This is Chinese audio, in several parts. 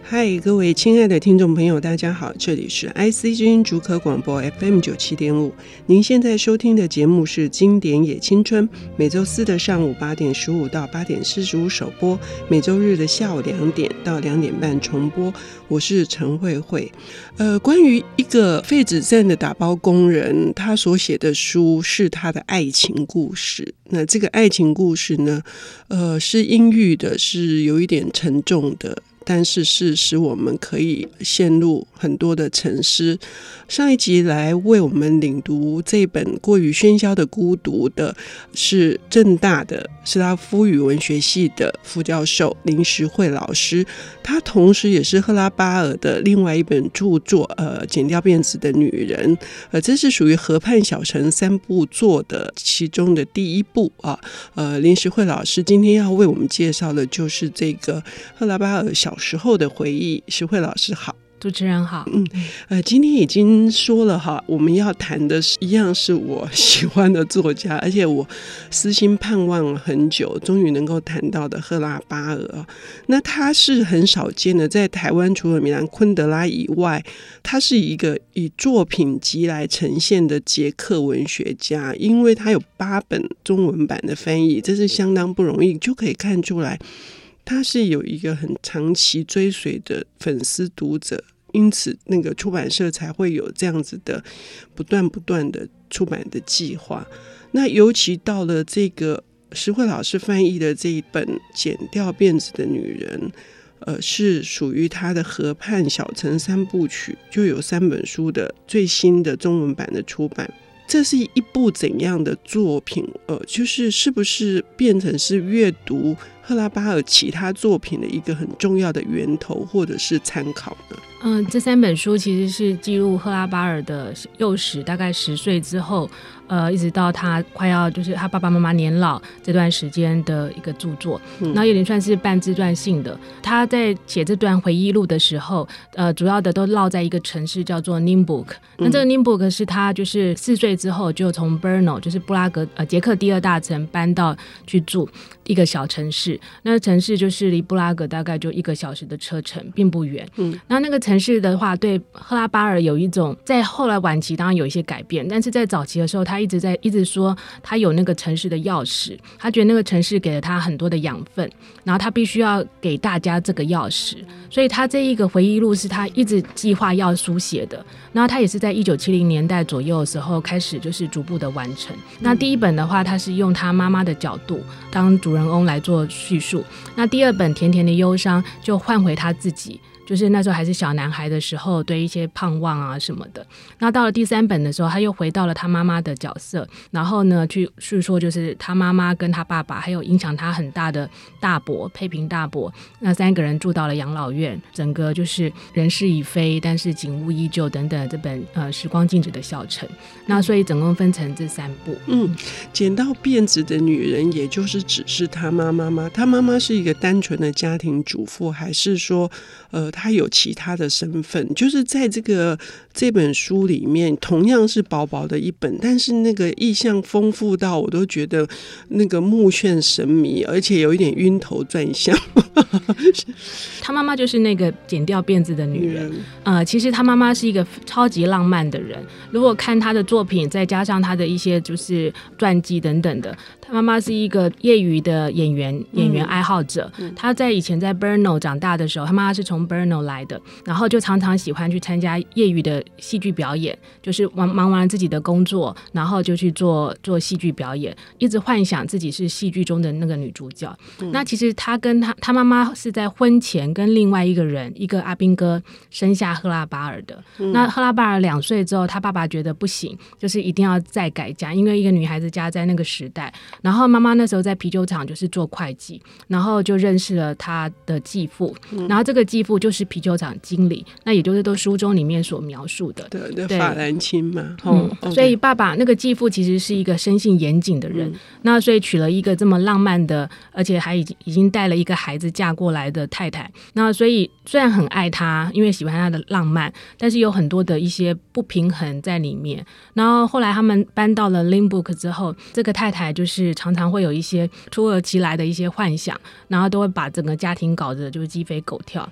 嗨，各位亲爱的听众朋友，大家好，这里是 IC 之音竹科广播 FM 97.5，您现在收听的节目是经典也青春，每周四的上午8点15到8点45首播，每周日的下午2点到2点半重播。我是陈慧慧。关于一个废纸站的打包工人，他所写的书是他的爱情故事。那这个爱情故事呢，是阴郁的，是有一点沉重的，但是是使我们可以陷入很多的沉思。上一集来为我们领读这本过于喧嚣的孤独的是政大的斯拉夫语文学系的副教授林时慧老师，他同时也是赫拉巴尔的另外一本著作剪掉辫子的女人，这是属于河畔小城3部作的其中的第一部啊。林时慧老师今天要为我们介绍的就是这个赫拉巴尔小时候的回忆。时慧老师好。 主持人好。 今天已经说了哈，我们要谈的一样是我喜欢的作家，而且我私心盼望很久，终于能够谈到的赫拉巴尔。那他是很少见的，在台湾除了米兰昆德拉以外，他是一个以作品集来呈现的捷克文学家，因为他有8本中文版的翻译，这是相当不容易，就可以看出来他是有一个很长期追随的粉丝读者，因此那个出版社才会有这样子的不断的出版的计划。那尤其到了这个时慧老师翻译的这一本剪掉辫子的女人，是属于他的河畔小城3部曲，就有3本书的最新的中文版的出版。这是一部怎样的作品？就是是不是变成是阅读赫拉巴尔其他作品的一个很重要的源头或者是参考呢？ 这3本书其实是记录赫拉巴尔的幼时，大概10岁之后，一直到他快要就是他爸爸妈妈年老这段时间的一个著作，那有点算是半自传性的。他在写这段回忆录的时候，主要的都落在一个城市叫做 Nymburk。那这个 Nymburk 是他就是4岁之后就从 Brno 就是布拉格捷克第2大城搬到去住一个小城市。那城市就是离布拉格大概就1个小时的车程，并不远。那个城市的话，对赫拉巴尔有一种在后来晚期当然有一些改变，但是在早期的时候，他一直说他有那个城市的钥匙，他觉得那个城市给了他很多的养分，然后他必须要给大家这个钥匙，所以他这一个回忆录是他一直计划要书写的。然后他也是在1970年代左右的时候开始就是逐步的完成。那第1本的话，他是用他妈妈的角度当主人翁来做叙述，那第2本甜甜的忧伤就换回他自己，就是那时候还是小男孩的时候对一些盼望啊什么的。那到了第3本的时候，他又回到了他妈妈的角色，然后呢去叙说就是他妈妈跟他爸爸还有影响他很大的大伯佩平大伯，那3个人住到了养老院，整个就是人事已非但是景物依旧等等这本时光静止的小城。那所以总共分成这3部。 剪到辫子的女人也就是只是他妈妈吗？他妈妈是一个单纯的家庭主妇，还是说他有其他的身份？就是在这本书里面同样是薄薄的一本，但是那个意象丰富到我都觉得那个目眩神迷，而且有一点晕头转向。 他妈妈就是那个剪掉辫子的女人。其实他妈妈是一个超级浪漫的人，如果看他的作品再加上他的一些就是传记等等的，他妈妈是一个业余的演员爱好者。他在以前在 Brno 长大的时候，他妈妈是从 Brno 来的，然后就常常喜欢去参加业余的戏剧表演，就是忙完自己的工作，然后就去做戏剧表演，一直幻想自己是戏剧中的那个女主角。那其实他跟他妈妈是在婚前跟另外一个人，一个阿兵哥生下赫拉巴尔的。那赫拉巴尔2岁之后，他爸爸觉得不行，就是一定要再改嫁，因为一个女孩子家在那个时代。然后妈妈那时候在啤酒厂就是做会计，然后就认识了他的继父，然后这个继父就是啤酒厂经理，那也就是都书中里面所描述的。 对，法兰钦嘛。 所以爸爸那个继父其实是一个生性严谨的人，那所以娶了一个这么浪漫的，而且还已经带了一个孩子嫁过来的太太。那所以虽然很爱他，因为喜欢他的浪漫，但是有很多的一些不平衡在里面。然后后来他们搬到了 Nymburk 之后，这个太太就是常常会有一些突如其来的一些幻想，然后都会把整个家庭搞得就是鸡飞狗跳。然后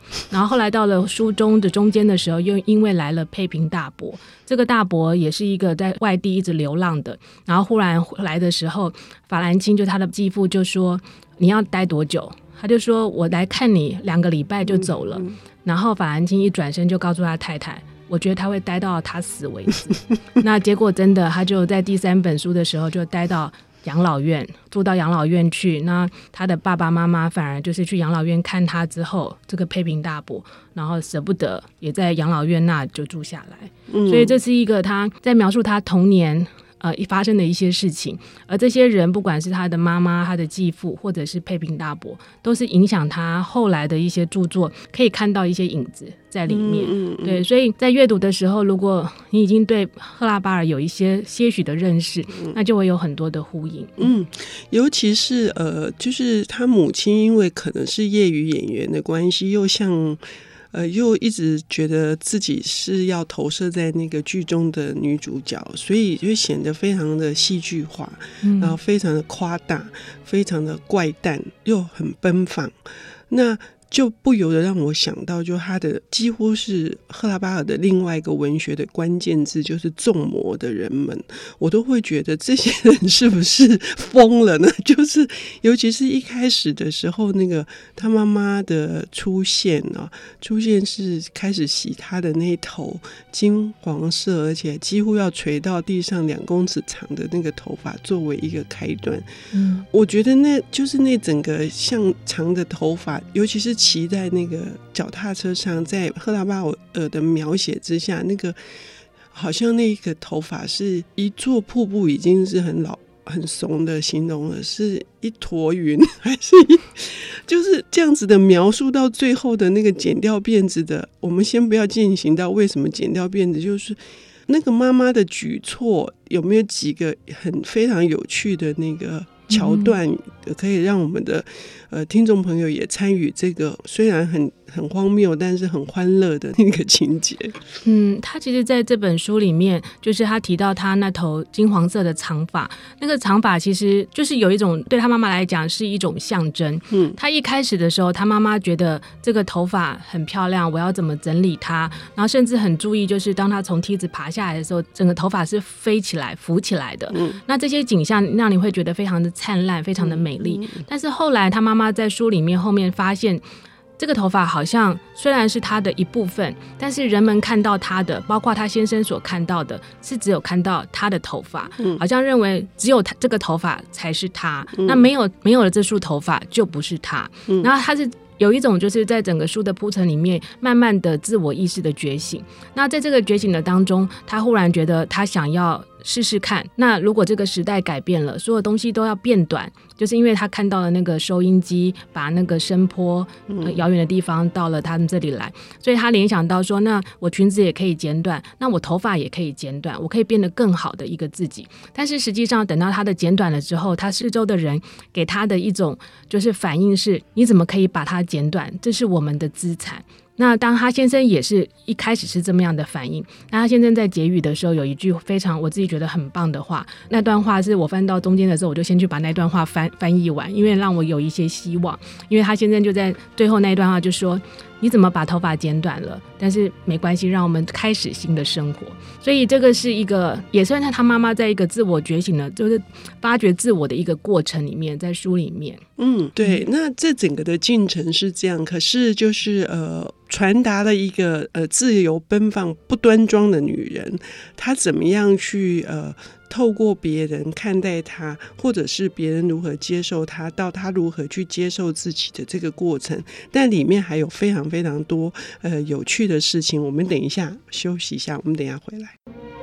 后后来到了书中的中间的时候，又因为来了沛平大伯，这个大伯也是一个在外地一直流浪的，然后忽然来的时候，法兰钦就他的继父就说你要待多久，他就说我来看你2个礼拜就走了，然后法兰钦一转身就告诉他太太，我觉得他会待到他死为止那结果真的他就在第3本书的时候就待到养老院，住到养老院去，那他的爸爸妈妈反而就是去养老院看他之后，这个沛平大伯然后舍不得也在养老院那就住下来，所以这是一个他在描述他童年发生的一些事情，而这些人不管是他的妈妈、他的继父或者是沛平大伯，都是影响他后来的一些著作，可以看到一些影子在里面。对，所以在阅读的时候，如果你已经对赫拉巴尔有一些些许的认识，那就会有很多的呼应。 尤其是就是他母亲因为可能是业余演员的关系，又一直觉得自己是要投射在那个剧中的女主角，所以就显得非常的戏剧化，然后非常的夸大，非常的怪诞，又很奔放。那就不由得让我想到，就他的几乎是赫拉巴尔的另外一个文学的关键字，就是纵魔的人们，我都会觉得这些人是不是疯了呢？就是尤其是一开始的时候，那个他妈妈的出现是开始洗他的那头金黄色，而且几乎要垂到地上2公尺长的那个头发作为一个开端。我觉得那就是那整个像长的头发，尤其是骑在那个脚踏车上，在赫拉巴尔的描写之下，那个好像那个头发是一座瀑布，已经是很老很怂的形容了，是一坨云还是就是这样子的描述。到最后的那个剪掉辫子的，我们先不要进行到为什么剪掉辫子，就是那个妈妈的举措有没有几个非常有趣的那个桥段，可以让我们的听众朋友也参与这个虽然很荒谬但是很欢乐的那个情节。 他其实在这本书里面，就是他提到他那头金黄色的长发，那个长发其实就是有一种对他妈妈来讲是一种象征。他一开始的时候，他妈妈觉得这个头发很漂亮，我要怎么整理它，然后甚至很注意，就是当他从梯子爬下来的时候，整个头发是飞起来浮起来的。那这些景象让你会觉得非常的灿烂，非常的美丽。但是后来他妈妈在书里面后面发现，这个头发好像虽然是他的一部分，但是人们看到他的，包括他先生所看到的，是只有看到他的头发，好像认为只有他这个头发才是他，那没有了这束头发就不是他。然后他是有一种就是在整个书的铺陈里面慢慢的自我意识的觉醒。那在这个觉醒的当中，他忽然觉得他想要试试看，那如果这个时代改变了，所有东西都要变短，就是因为他看到了那个收音机把那个声波遥远的地方到了他们这里来，所以他联想到说，那我裙子也可以剪短，那我头发也可以剪短，我可以变得更好的一个自己。但是实际上等到他的剪短了之后，他四周的人给他的一种就是反应是，你怎么可以把它剪短，这是我们的资产。那当他先生也是一开始是这么样的反应，那他先生在结语的时候有一句非常我自己觉得很棒的话，那段话是我翻到中间的时候，我就先去把那段话翻译完，因为让我有一些希望。因为他先生就在最后那一段话就说，你怎么把头发剪短了，但是没关系，让我们开始新的生活。所以这个是一个也算是他妈妈在一个自我觉醒的，就是发掘自我的一个过程里面，在书里面。 对，那这整个的进程是这样，可是就是传达了一个自由奔放不端庄的女人，她怎么样去透过别人看待她，或者是别人如何接受她，到她如何去接受自己的这个过程。但里面还有非常非常多有趣的事情，我们等一下休息一下，我们等一下回来。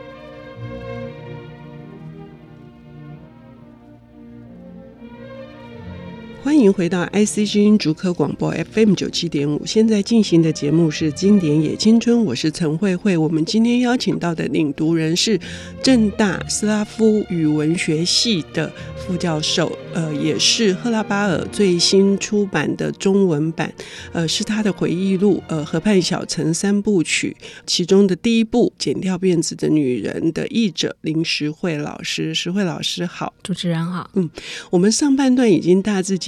欢迎回到 ICG 竹科广播 FM97.5， 现在进行的节目是经典也青春，我是陈慧慧。我们今天邀请到的领读人是政大斯拉夫语文学系的副教授，也是赫拉巴尔最新出版的中文版，是他的回忆录河畔小城3部曲其中的第1部剪掉辫子的女人的译者林石慧老师。石慧老师好。 主持人好。 我们上半段已经大致介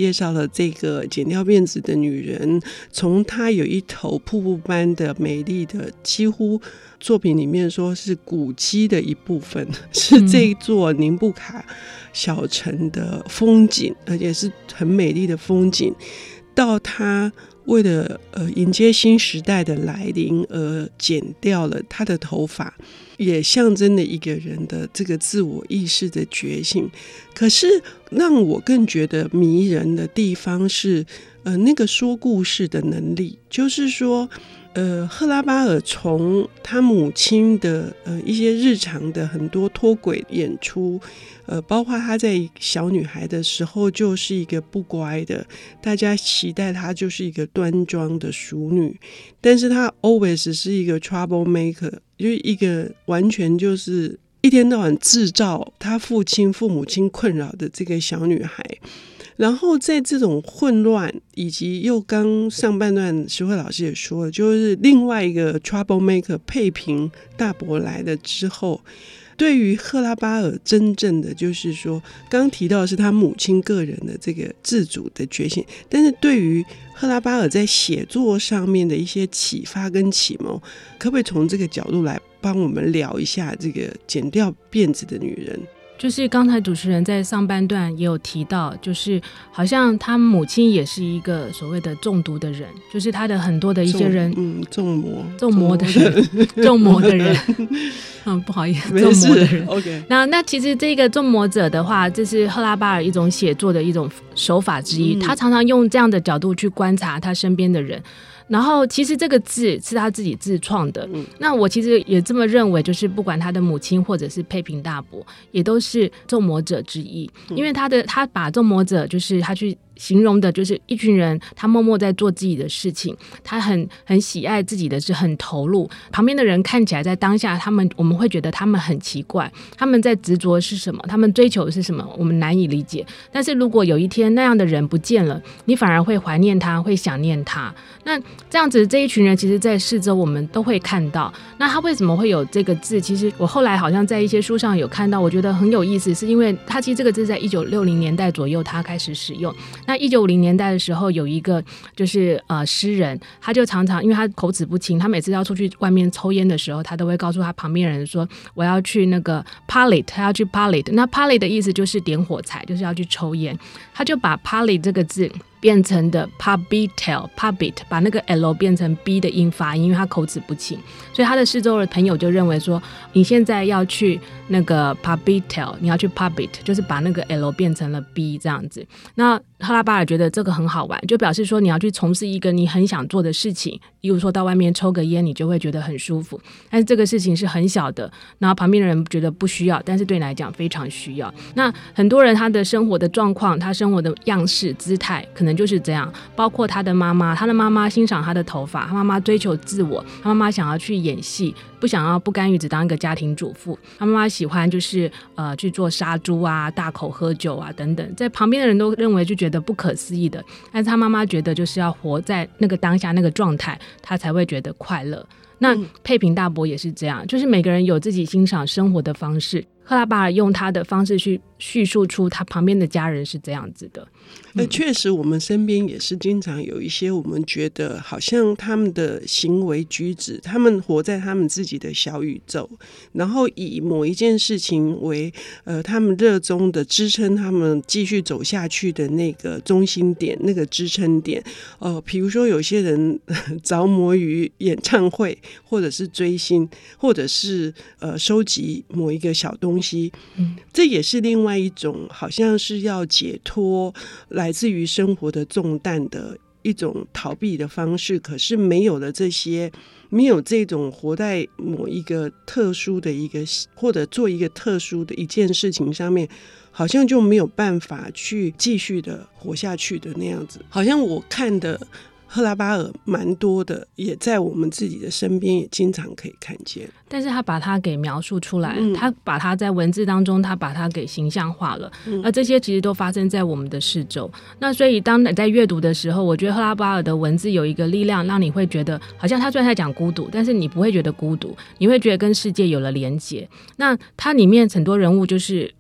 介绍了这个剪掉辫子的女人，从她有一头瀑布般的美丽的，几乎作品里面说是古迹的一部分，是这一座宁布卡小城的风景，而且是很美丽的风景，到她为了迎接新时代的来临而剪掉了她的头发，也象征了一个人的这个自我意识的觉醒。可是让我更觉得迷人的地方是那个说故事的能力，就是说赫拉巴尔从他母亲的一些日常的很多脱轨演出，包括她在小女孩的时候就是一个不乖的，大家期待她就是一个端庄的淑女，但是她 always 是一个 trouble maker， 就是一个完全就是一天到晚制造她父母亲困扰的这个小女孩。然后在这种混乱，以及又刚上半段石慧老师也说了，就是另外一个 trouble maker 佩平大伯来了之后，对于赫拉巴尔真正的就是说刚提到的是他母亲个人的这个自主的觉醒，但是对于赫拉巴尔在写作上面的一些启发跟启蒙，可不可以从这个角度来帮我们聊一下这个剪掉辫子的女人？ 就是刚才主持人在上半段也有提到，就是好像他母亲也是一个所谓的中毒的人，就是他的很多的一些人中魔的人中魔的人不好意思，中魔的人 OK。 那其实这个中魔者的话，这是赫拉巴尔一种写作的一种手法之一，他常常用这样的角度去观察他身边的人，然后其实这个字是他自己自创的，那我其实也这么认为，就是不管他的母亲或者是佩平大伯也都是众魔者之一，因为他把众魔者就是他去形容的就是一群人，他默默在做自己的事情，他很喜爱自己的事，很投入，旁边的人看起来在当下我们会觉得他们很奇怪，他们在执着是什么，他们追求的是什么，我们难以理解，但是如果有一天那样的人不见了，你反而会怀念他，会想念他，那这样子这一群人其实在四周我们都会看到。那他为什么会有这个字，其实我后来好像在一些书上有看到，我觉得很有意思，是因为他其实这个字在1960年代左右他开始使用。那1950年代的时候有一个就是诗人，他就常常因为他口齿不清，他每次要出去外面抽烟的时候，他都会告诉他旁边人说我要去那个 Palit， 他要去 Palit， 那 Palit 的意思就是点火柴，就是要去抽烟，他就把 Palit 这个字变成的 Pabitel， 把那个 L 变成 B 的音发音，因为他口齿不清，所以他的四周的朋友就认为说你现在要去那个 Pabitel， 你要去 Pabit， 就是把那个 L 变成了 B 这样子。那赫拉巴尔觉得这个很好玩，就表示说你要去从事一个你很想做的事情，例如说到外面抽个烟你就会觉得很舒服，但是这个事情是很小的，然后旁边的人觉得不需要，但是对你来讲非常需要。那很多人他的生活的状况，他生活的样式姿态可能就是这样，包括他的妈妈欣赏他的头发，他妈妈追求自我，他妈妈想要去演戏，不甘于只当一个家庭主妇，他妈妈喜欢就是去做杀猪啊，大口喝酒啊等等，在旁边的人都认为就觉得不可思议的，但是他妈妈觉得就是要活在那个当下那个状态，他才会觉得快乐。那佩平大伯也是这样，就是每个人有自己欣赏生活的方式，赫拉巴尔用他的方式去叙述出他旁边的家人是这样子的。 确实我们身边也是经常有一些我们觉得好像他们的行为举止，他们活在他们自己的小宇宙，然后以某一件事情为他们热衷的支撑他们继续走下去的那个中心点，那个支撑点。比如说有些人着魔于演唱会，或者是追星，或者是收集某一个小东西，这也是另外一种好像是要解脱来自于生活的重担的一种逃避的方式。可是没有了这些，没有这种活在某一个特殊的一个或者做一个特殊的一件事情上面，好像就没有办法去继续的活下去的那样子。好像我看的赫拉巴尔蛮多的，也在我们自己的身边也经常可以看见， 但是他把它给描述出来，他把它在文字当中他把它给形象化了，而这些其实都发生在我们的四周。那所以当你在阅读的时候，我觉得赫拉巴尔的文字有一个力量，让你会觉得好像他虽然在讲孤独，但是你不会觉得孤独，你会觉得跟世界有了连结。那他里面很多人物就是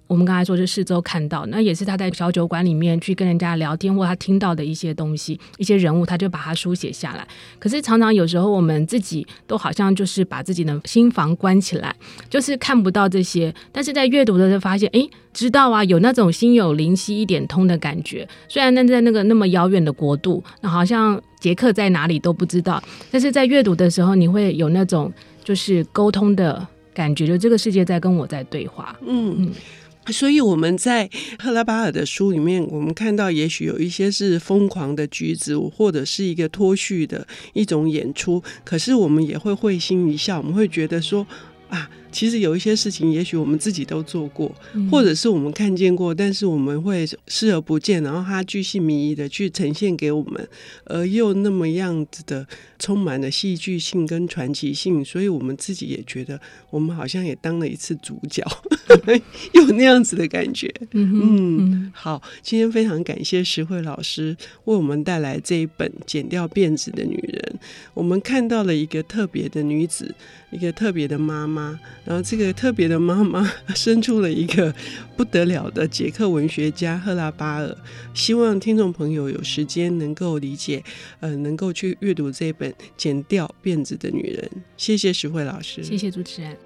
我们刚才说是四周看到，那也是他在小酒馆里面去跟人家聊天，或他听到的一些东西，一些人物，他就把它书写下来。可是常常有时候我们自己都好像就是把自己的心房关起来，就是看不到这些，但是在阅读的时候发现，知道啊，有那种心有灵犀一点通的感觉。虽然在那个那么遥远的国度，那好像捷克在哪里都不知道，但是在阅读的时候，你会有那种就是沟通的感觉，就这个世界在跟我在对话。 所以我们在赫拉巴尔的书里面，我们看到也许有一些是疯狂的举止，或者是一个脱序的一种演出，可是我们也会会心一笑，我们会觉得说其实有一些事情也许我们自己都做过，或者是我们看见过，但是我们会视而不见，然后它巨细靡遗的去呈现给我们，而又那么样子的充满了戏剧性跟传奇性，所以我们自己也觉得我们好像也当了一次主角有那样子的感觉。好，今天非常感谢石慧老师为我们带来这一本《剪掉辫子的女人》，我们看到了一个特别的女子，一个特别的妈妈，然后这个特别的妈妈生出了一个不得了的捷克文学家赫拉巴尔。希望听众朋友有时间能够理解，能够去阅读这本《剪掉辫子的女人》。谢谢石慧老师。 谢谢主持人。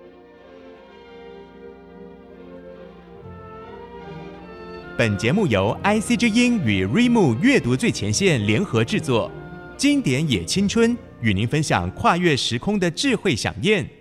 本节目由 IC 之音与 Reimu 阅读最前线联合制作，经典也青春与您分享跨越时空的智慧飨宴。